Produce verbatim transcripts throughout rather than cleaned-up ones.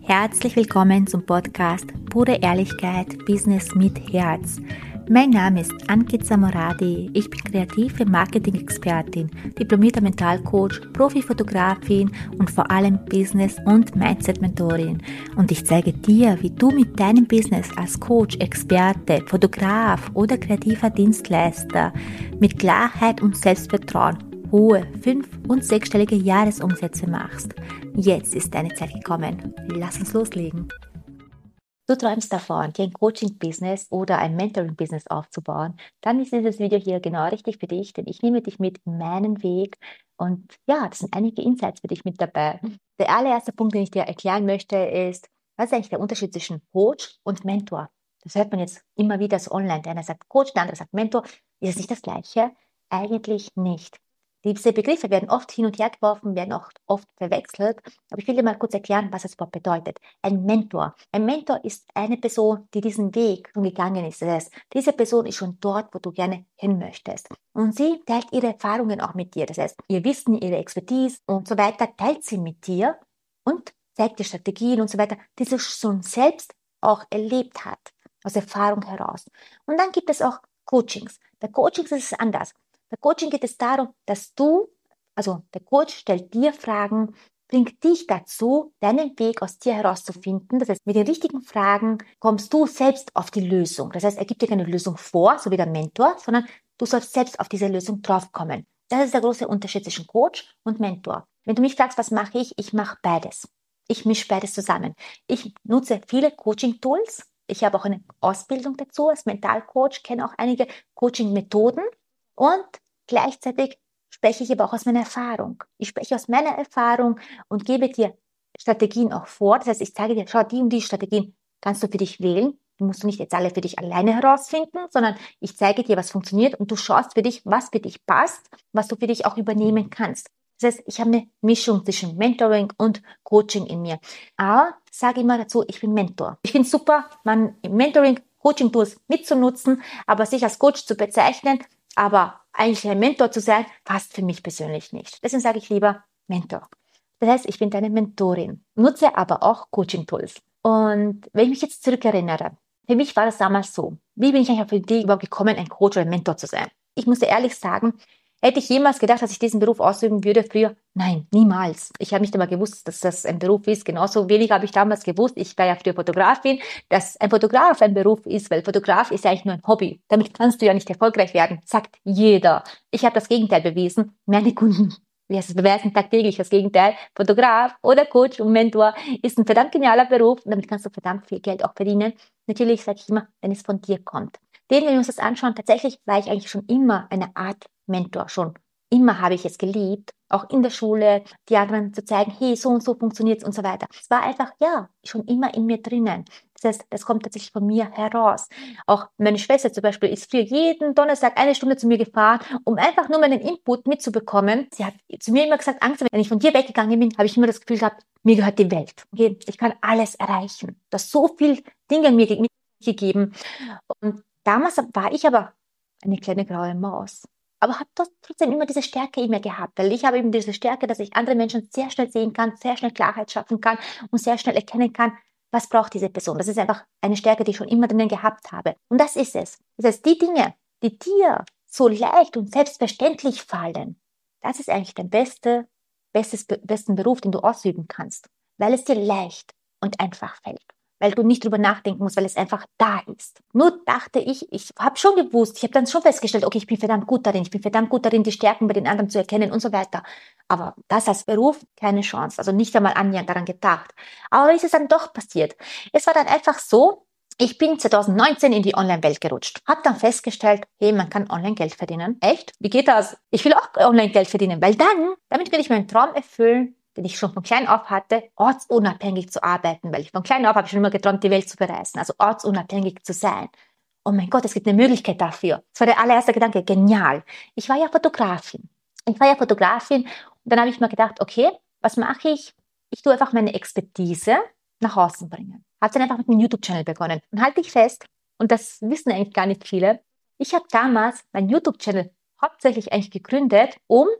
Herzlich willkommen zum Podcast Pure Ehrlichkeit, Business mit Herz. Mein Name ist Ankit Samoradi, ich bin kreative Marketing-Expertin, diplomierter Mentalcoach, Profifotografin und vor allem Business- und Mindset-Mentorin. Und ich zeige dir, wie du mit deinem Business als Coach, Experte, Fotograf oder kreativer Dienstleister mit Klarheit und Selbstvertrauen hohe fünf- und sechsstellige Jahresumsätze machst. Jetzt ist deine Zeit gekommen. Lass uns loslegen. Du träumst davon, dir ein Coaching-Business oder ein Mentoring-Business aufzubauen, dann ist dieses Video hier genau richtig für dich, denn ich nehme dich mit in meinen Weg und ja, das sind einige Insights für dich mit dabei. Der allererste Punkt, den ich dir erklären möchte, ist, was ist eigentlich der Unterschied zwischen Coach und Mentor? Das hört man jetzt immer wieder so online. Der eine sagt Coach, der andere sagt Mentor. Ist es nicht das Gleiche? Eigentlich nicht. Diese Begriffe werden oft hin und her geworfen, werden auch oft verwechselt. Aber ich will dir mal kurz erklären, was es überhaupt bedeutet. Ein Mentor. Ein Mentor ist eine Person, die diesen Weg schon gegangen ist. Das heißt, diese Person ist schon dort, wo du gerne hin möchtest. Und sie teilt ihre Erfahrungen auch mit dir. Das heißt, ihr Wissen, ihre Expertise und so weiter teilt sie mit dir und zeigt dir Strategien und so weiter, die sie schon selbst auch erlebt hat, aus Erfahrung heraus. Und dann gibt es auch Coachings. Bei Coachings ist es anders. Bei Coaching geht es darum, dass du, also der Coach stellt dir Fragen, bringt dich dazu, deinen Weg aus dir herauszufinden. Das heißt, mit den richtigen Fragen kommst du selbst auf die Lösung. Das heißt, er gibt dir keine Lösung vor, so wie der Mentor, sondern du sollst selbst auf diese Lösung draufkommen. Das ist der große Unterschied zwischen Coach und Mentor. Wenn du mich fragst, was mache ich? Ich mache beides. Ich mische beides zusammen. Ich nutze viele Coaching-Tools. Ich habe auch eine Ausbildung dazu als Mentalcoach, kenne auch einige Coaching-Methoden und gleichzeitig spreche ich aber auch aus meiner Erfahrung. Ich spreche aus meiner Erfahrung und gebe dir Strategien auch vor. Das heißt, ich zeige dir, schau, die und die Strategien kannst du für dich wählen. Die musst du nicht jetzt alle für dich alleine herausfinden, sondern ich zeige dir, was funktioniert und du schaust für dich, was für dich passt, was du für dich auch übernehmen kannst. Das heißt, ich habe eine Mischung zwischen Mentoring und Coaching in mir. Aber sage immer dazu, ich bin Mentor. Ich finde es super, man im Mentoring Coaching-Tools mitzunutzen, aber sich als Coach zu bezeichnen, aber eigentlich ein Mentor zu sein, passt für mich persönlich nicht. Deswegen sage ich lieber Mentor. Das heißt, ich bin deine Mentorin, nutze aber auch Coaching-Tools. Und wenn ich mich jetzt zurückerinnere, für mich war das damals so. Wie bin ich eigentlich auf die Idee überhaupt gekommen, ein Coach oder ein Mentor zu sein? Ich muss dir ehrlich sagen, hätte ich jemals gedacht, dass ich diesen Beruf ausüben würde früher? Nein, niemals. Ich habe nicht einmal gewusst, dass das ein Beruf ist. Genauso wenig habe ich damals gewusst. Ich war ja früher Fotografin, dass ein Fotograf ein Beruf ist, weil Fotograf ist ja eigentlich nur ein Hobby. Damit kannst du ja nicht erfolgreich werden, sagt jeder. Ich habe das Gegenteil bewiesen. Meine Kunden, wie heißt es, beweisen tagtäglich das Gegenteil. Fotograf oder Coach und Mentor ist ein verdammt genialer Beruf und damit kannst du verdammt viel Geld auch verdienen. Natürlich sage ich immer, wenn es von dir kommt. Den, wenn wir uns das anschauen, tatsächlich war ich eigentlich schon immer eine Art Mentor. Schon immer habe ich es geliebt, auch in der Schule, die anderen zu zeigen, hey, so und so funktioniert es und so weiter. Es war einfach, ja, schon immer in mir drinnen. Das heißt, das kommt tatsächlich von mir heraus. Auch meine Schwester zum Beispiel ist früher jeden Donnerstag eine Stunde zu mir gefahren, um einfach nur meinen Input mitzubekommen. Sie hat zu mir immer gesagt, Angst, wenn ich von dir weggegangen bin, habe ich immer das Gefühl gehabt, mir gehört die Welt. Okay? Ich kann alles erreichen. Du hast so viele Dinge mir mitgegeben. Und damals war ich aber eine kleine graue Maus. Aber habe trotzdem immer diese Stärke in mir gehabt, weil ich habe eben diese Stärke, dass ich andere Menschen sehr schnell sehen kann, sehr schnell Klarheit schaffen kann und sehr schnell erkennen kann, was braucht diese Person. Das ist einfach eine Stärke, die ich schon immer drinnen gehabt habe. Und das ist es. Das heißt, die Dinge, die dir so leicht und selbstverständlich fallen, das ist eigentlich der beste, bestes, besten Beruf, den du ausüben kannst, weil es dir leicht und einfach fällt. Weil du nicht drüber nachdenken musst, weil es einfach da ist. Nur dachte ich, ich habe schon gewusst, ich habe dann schon festgestellt, okay, ich bin verdammt gut darin, ich bin verdammt gut darin, die Stärken bei den anderen zu erkennen und so weiter. Aber das als Beruf, keine Chance, also nicht einmal annähernd daran gedacht. Aber ist es dann doch passiert. Es war dann einfach so, ich bin zwanzig neunzehn in die Online-Welt gerutscht, habe dann festgestellt, hey, man kann online Geld verdienen. Echt? Wie geht das? Ich will auch online Geld verdienen, weil dann, damit will ich meinen Traum erfüllen, den ich schon von klein auf hatte, ortsunabhängig zu arbeiten, weil ich von klein auf habe ich schon immer geträumt, die Welt zu bereisen, also ortsunabhängig zu sein. Oh mein Gott, es gibt eine Möglichkeit dafür. Das war der allererste Gedanke, genial. Ich war ja Fotografin. Ich war ja Fotografin und dann habe ich mir gedacht, okay, was mache ich? Ich tue einfach meine Expertise nach außen bringen. Habe dann einfach mit einem YouTube-Channel begonnen. Und halte ich fest, und das wissen eigentlich gar nicht viele, ich habe damals meinen YouTube-Channel hauptsächlich eigentlich gegründet, um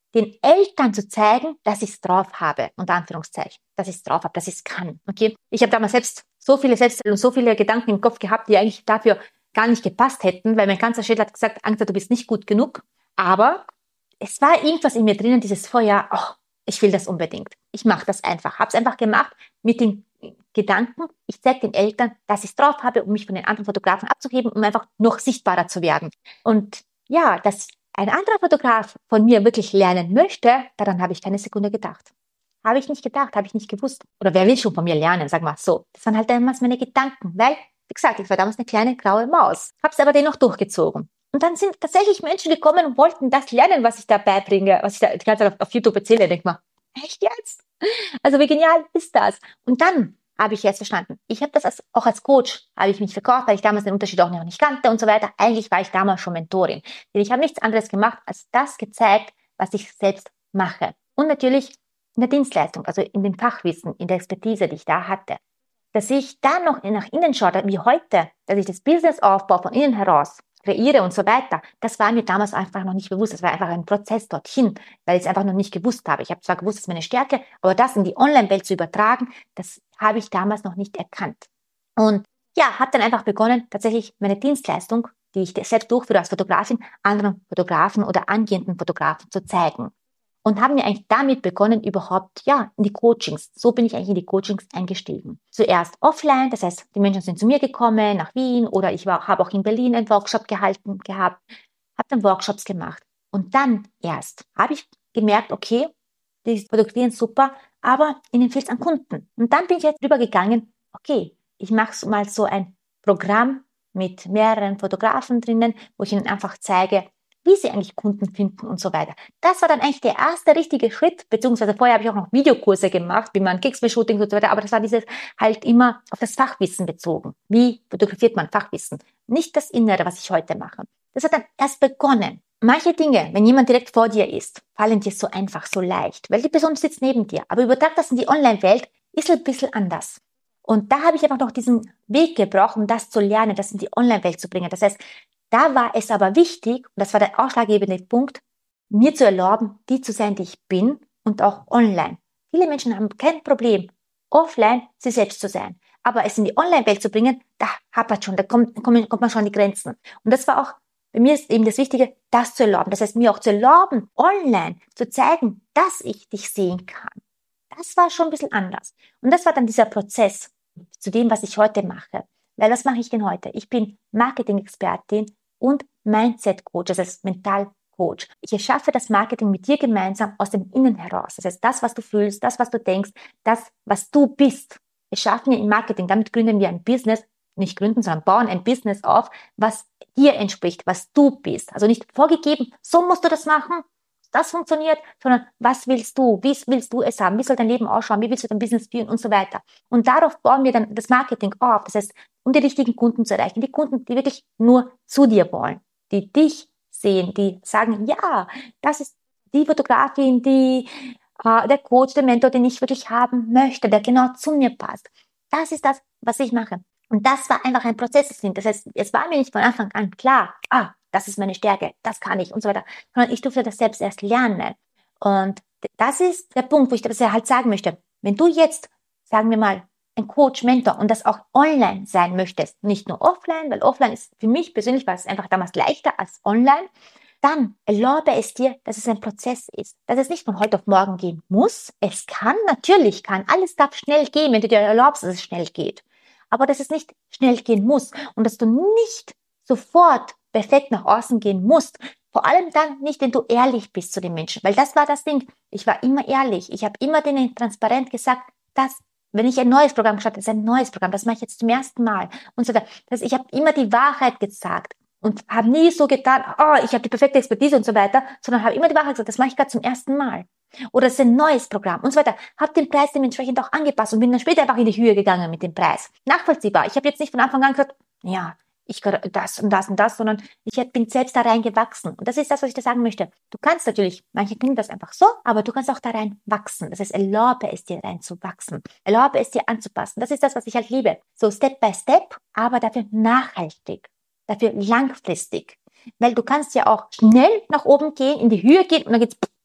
den Eltern zu zeigen, dass ich es drauf habe, unter Anführungszeichen, dass ich es drauf habe, dass ich es kann. Okay? Ich habe damals selbst so viele selbst und so viele Gedanken im Kopf gehabt, die eigentlich dafür gar nicht gepasst hätten, weil mein ganzer Schädel hat gesagt, Angela, du bist nicht gut genug. Aber es war irgendwas in mir drinnen, dieses Feuer, oh, ich will das unbedingt. Ich mache das einfach. Habe es einfach gemacht mit dem Gedanken, ich zeige den Eltern, dass ich es drauf habe, um mich von den anderen Fotografen abzuheben, um einfach noch sichtbarer zu werden. Und ja, dass ein anderer Fotograf von mir wirklich lernen möchte, daran habe ich keine Sekunde gedacht. Habe ich nicht gedacht, habe ich nicht gewusst. Oder wer will schon von mir lernen, sag mal so. Das waren halt damals meine Gedanken, weil, wie gesagt, ich war damals eine kleine graue Maus. Habe es aber dennoch durchgezogen. Und dann sind tatsächlich Menschen gekommen und wollten das lernen, was ich da beibringe, was ich da die ganze Zeit auf, auf YouTube erzähle. Ich denke mal, echt jetzt? Also wie genial ist das? Und dann habe ich jetzt verstanden. Ich habe das als, auch als Coach, habe ich mich verkauft, weil ich damals den Unterschied auch noch nicht kannte und so weiter. Eigentlich war ich damals schon Mentorin. Denn ich habe nichts anderes gemacht, als das gezeigt, was ich selbst mache. Und natürlich in der Dienstleistung, also in dem Fachwissen, in der Expertise, die ich da hatte. Dass ich da noch nach innen schaue, wie heute, dass ich das Business aufbaue von innen heraus, kreiere und so weiter, das war mir damals einfach noch nicht bewusst. Das war einfach ein Prozess dorthin, weil ich es einfach noch nicht gewusst habe. Ich habe zwar gewusst, das ist meine Stärke, aber das in die Online-Welt zu übertragen, das habe ich damals noch nicht erkannt. Und ja, habe dann einfach begonnen, tatsächlich meine Dienstleistung, die ich selbst durchführe als Fotografin, anderen Fotografen oder angehenden Fotografen zu zeigen. Und haben mir eigentlich damit begonnen, überhaupt, ja, in die Coachings. So bin ich eigentlich in die Coachings eingestiegen. Zuerst offline, das heißt, die Menschen sind zu mir gekommen, nach Wien, oder ich war, habe auch in Berlin einen Workshop gehalten gehabt, habe dann Workshops gemacht. Und dann erst habe ich gemerkt, okay, die fotografieren super, aber ihnen fehlt es an Kunden. Und dann bin ich jetzt rübergegangen, okay, ich mache mal so ein Programm mit mehreren Fotografen drinnen, wo ich ihnen einfach zeige, wie sie eigentlich Kunden finden und so weiter. Das war dann eigentlich der erste richtige Schritt, beziehungsweise vorher habe ich auch noch Videokurse gemacht, wie man Kickstarter-Shootings und so weiter, aber das war dieses halt immer auf das Fachwissen bezogen. Wie fotografiert man Fachwissen? Nicht das Innere, was ich heute mache. Das hat dann erst begonnen. Manche Dinge, wenn jemand direkt vor dir ist, fallen dir so einfach, so leicht, weil die Person sitzt neben dir. Aber übertrag das in die Online-Welt, ist ein bisschen anders. Und da habe ich einfach noch diesen Weg gebraucht, um das zu lernen, das in die Online-Welt zu bringen. Das heißt, da war es aber wichtig, und das war der ausschlaggebende Punkt, mir zu erlauben, die zu sein, die ich bin, und auch online. Viele Menschen haben kein Problem, offline sie selbst zu sein. Aber es in die Online-Welt zu bringen, da hapert schon, da kommt, kommt, kommt man schon an die Grenzen. Und das war auch, bei mir ist eben das Wichtige, das zu erlauben. Das heißt, mir auch zu erlauben, online zu zeigen, dass ich dich sehen kann. Das war schon ein bisschen anders. Und das war dann dieser Prozess zu dem, was ich heute mache. Weil was mache ich denn heute? Ich bin Marketing-Expertin und Mindset-Coach, das heißt Mental-Coach. Ich erschaffe das Marketing mit dir gemeinsam aus dem Innen heraus. Das heißt, das, was du fühlst, das, was du denkst, das, was du bist, erschaffen wir im Marketing. Damit gründen wir ein Business, nicht gründen, sondern bauen ein Business auf, was dir entspricht, was du bist. Also nicht vorgegeben, so musst du das machen, das funktioniert, sondern was willst du? Wie willst du es haben? Wie soll dein Leben ausschauen? Wie willst du dein Business führen und so weiter? Und darauf bauen wir dann das Marketing auf. Das heißt, um die richtigen Kunden zu erreichen. Die Kunden, die wirklich nur zu dir wollen, die dich sehen, die sagen, ja, das ist die Fotografin, die, äh, der Coach, der Mentor, den ich wirklich haben möchte, der genau zu mir passt. Das ist das, was ich mache. Und das war einfach ein Prozess. Das heißt, es war mir nicht von Anfang an klar, ah, das ist meine Stärke, das kann ich und so weiter, sondern ich durfte das selbst erst lernen. Und das ist der Punkt, wo ich das halt sagen möchte. Wenn du jetzt, sagen wir mal, ein Coach, Mentor und das auch online sein möchtest, nicht nur offline, weil offline ist für mich persönlich war es einfach damals leichter als online, dann erlaube es dir, dass es ein Prozess ist, dass es nicht von heute auf morgen gehen muss. Es kann, natürlich kann, alles darf schnell gehen, wenn du dir erlaubst, dass es schnell geht. Aber dass es nicht schnell gehen muss und dass du nicht sofort perfekt nach außen gehen musst. Vor allem dann nicht, wenn du ehrlich bist zu den Menschen. Weil das war das Ding. Ich war immer ehrlich. Ich habe immer denen transparent gesagt, dass, wenn ich ein neues Programm starte, ist ein neues Programm. Das mache ich jetzt zum ersten Mal. Und so weiter. Das, ich habe immer die Wahrheit gesagt. Und habe nie so getan, oh, ich habe die perfekte Expertise und so weiter, sondern habe immer die Wahrheit gesagt, das mache ich gerade zum ersten Mal. Oder es ist ein neues Programm und so weiter. Habe den Preis dementsprechend auch angepasst und bin dann später einfach in die Höhe gegangen mit dem Preis. Nachvollziehbar. Ich habe jetzt nicht von Anfang an gesagt, ja, ich kann das und das und das, sondern ich bin selbst da reingewachsen. Und das ist das, was ich da sagen möchte. Du kannst natürlich, manche kriegen das einfach so, aber du kannst auch da rein wachsen. Das heißt, erlaube es dir rein zu wachsen. Erlaube es dir anzupassen. Das ist das, was ich halt liebe. So Step by Step, aber dafür nachhaltig. Dafür langfristig. Weil du kannst ja auch schnell nach oben gehen, in die Höhe gehen und dann geht's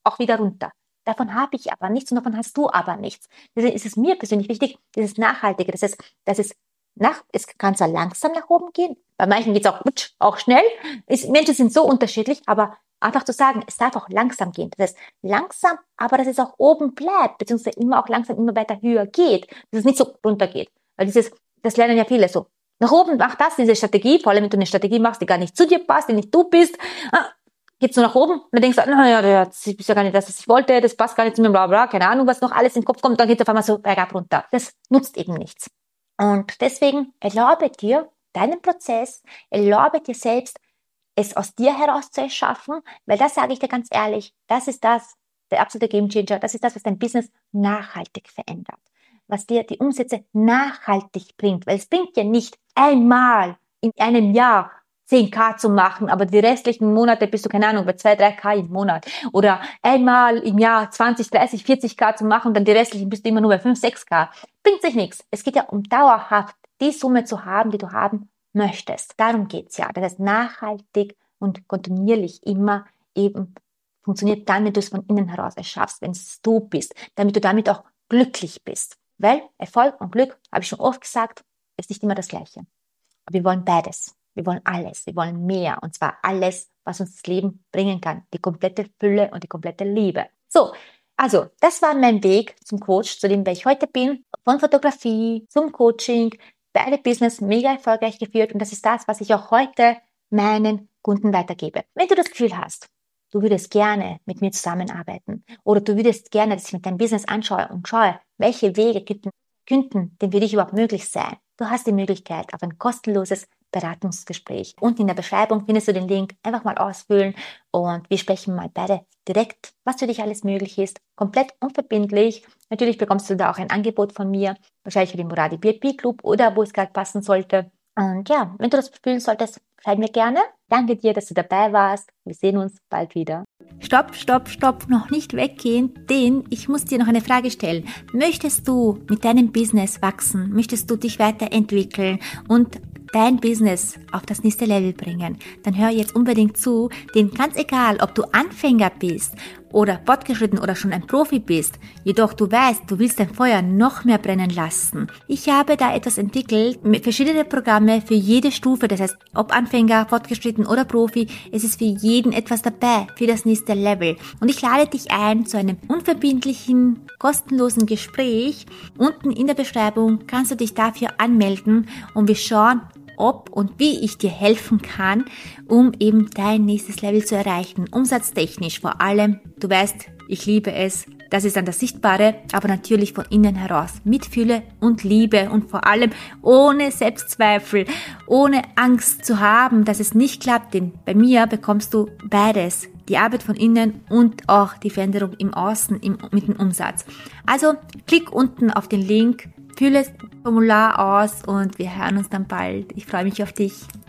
auch wieder runter. Davon habe ich aber nichts und davon hast du aber nichts. Deswegen ist es mir persönlich wichtig, dieses Nachhaltige. Das heißt, dass es nach, es kann zwar langsam nach oben gehen, bei manchen geht es auch, auch schnell. Ist, Menschen sind so unterschiedlich, aber einfach zu sagen, es darf auch langsam gehen. Das heißt, langsam, aber dass es auch oben bleibt, beziehungsweise immer auch langsam immer weiter höher geht, dass es nicht so runter geht. Weil dieses, das lernen ja viele so. Nach oben macht das, diese Strategie, vor allem wenn du eine Strategie machst, die gar nicht zu dir passt, die nicht du bist, geht's nur nach oben, und dann denkst du, naja, das ist ja gar nicht das, was ich wollte, das passt gar nicht zu mir, bla bla, keine Ahnung, was noch alles in den Kopf kommt, dann geht's auf einmal so bergab runter. Das nutzt eben nichts. Und deswegen erlaube dir deinen Prozess, erlaube dir selbst, es aus dir heraus zu erschaffen, weil das sage ich dir ganz ehrlich, das ist das, der absolute Gamechanger, das ist das, was dein Business nachhaltig verändert, was dir die Umsätze nachhaltig bringt, weil es bringt dir nicht einmal in einem Jahr zehn K zu machen, aber die restlichen Monate bist du, keine Ahnung, bei zwei, drei K im Monat. Oder einmal im Jahr zwanzig, dreißig, vierzig K zu machen, dann die restlichen bist du immer nur bei fünf, sechs K. Bringt sich nichts. Es geht ja um dauerhaft die Summe zu haben, die du haben möchtest. Darum geht's ja. Das heißt, nachhaltig und kontinuierlich immer eben funktioniert dann, wenn du es von innen heraus erschaffst, wenn es du bist, damit du damit auch glücklich bist. Weil Erfolg und Glück, habe ich schon oft gesagt, ist nicht immer das Gleiche. Aber wir wollen beides. Wir wollen alles, wir wollen mehr, und zwar alles, was uns das Leben bringen kann. Die komplette Fülle und die komplette Liebe. So, also das war mein Weg zum Coach, zu dem, wer ich heute bin. Von Fotografie zum Coaching, beide Business mega erfolgreich geführt, und das ist das, was ich auch heute meinen Kunden weitergebe. Wenn du das Gefühl hast, du würdest gerne mit mir zusammenarbeiten oder du würdest gerne, dass ich mit deinem Business anschaue und schaue, welche Wege könnten denn für dich überhaupt möglich sein. Du hast die Möglichkeit auf ein kostenloses Beratungsgespräch. Unten in der Beschreibung findest du den Link. Einfach mal ausfüllen und wir sprechen mal beide direkt, was für dich alles möglich ist. Komplett unverbindlich. Natürlich bekommst du da auch ein Angebot von mir, wahrscheinlich für den Muradi B P Club oder wo es gerade passen sollte. Und ja, wenn du das fühlen solltest, schreib mir gerne. Danke dir, dass du dabei warst. Wir sehen uns bald wieder. Stopp, stopp, stopp, noch nicht weggehen, denn ich muss dir noch eine Frage stellen. Möchtest du mit deinem Business wachsen? Möchtest du dich weiterentwickeln und dein Business auf das nächste Level bringen? Dann hör jetzt unbedingt zu, denn ganz egal, ob du Anfänger bist oder fortgeschritten oder schon ein Profi bist, jedoch du weißt, du willst dein Feuer noch mehr brennen lassen. Ich habe da etwas entwickelt, mit verschiedenen Programme für jede Stufe, das heißt, ob Anfänger, fortgeschritten oder Profi, es ist für jeden etwas dabei, für das nächste Level. Und ich lade dich ein zu einem unverbindlichen, kostenlosen Gespräch. Unten in der Beschreibung kannst du dich dafür anmelden und wir schauen, ob und wie ich dir helfen kann, um eben dein nächstes Level zu erreichen. Umsatztechnisch vor allem. Du weißt, ich liebe es. Das ist dann das Sichtbare, aber natürlich von innen heraus. Mit Fülle und Liebe und vor allem ohne Selbstzweifel, ohne Angst zu haben, dass es nicht klappt. Denn bei mir bekommst du beides. Die Arbeit von innen und auch die Veränderung im Außen im, mit dem Umsatz. Also klick unten auf den Link, fülle das Formular aus und wir hören uns dann bald. Ich freue mich auf dich.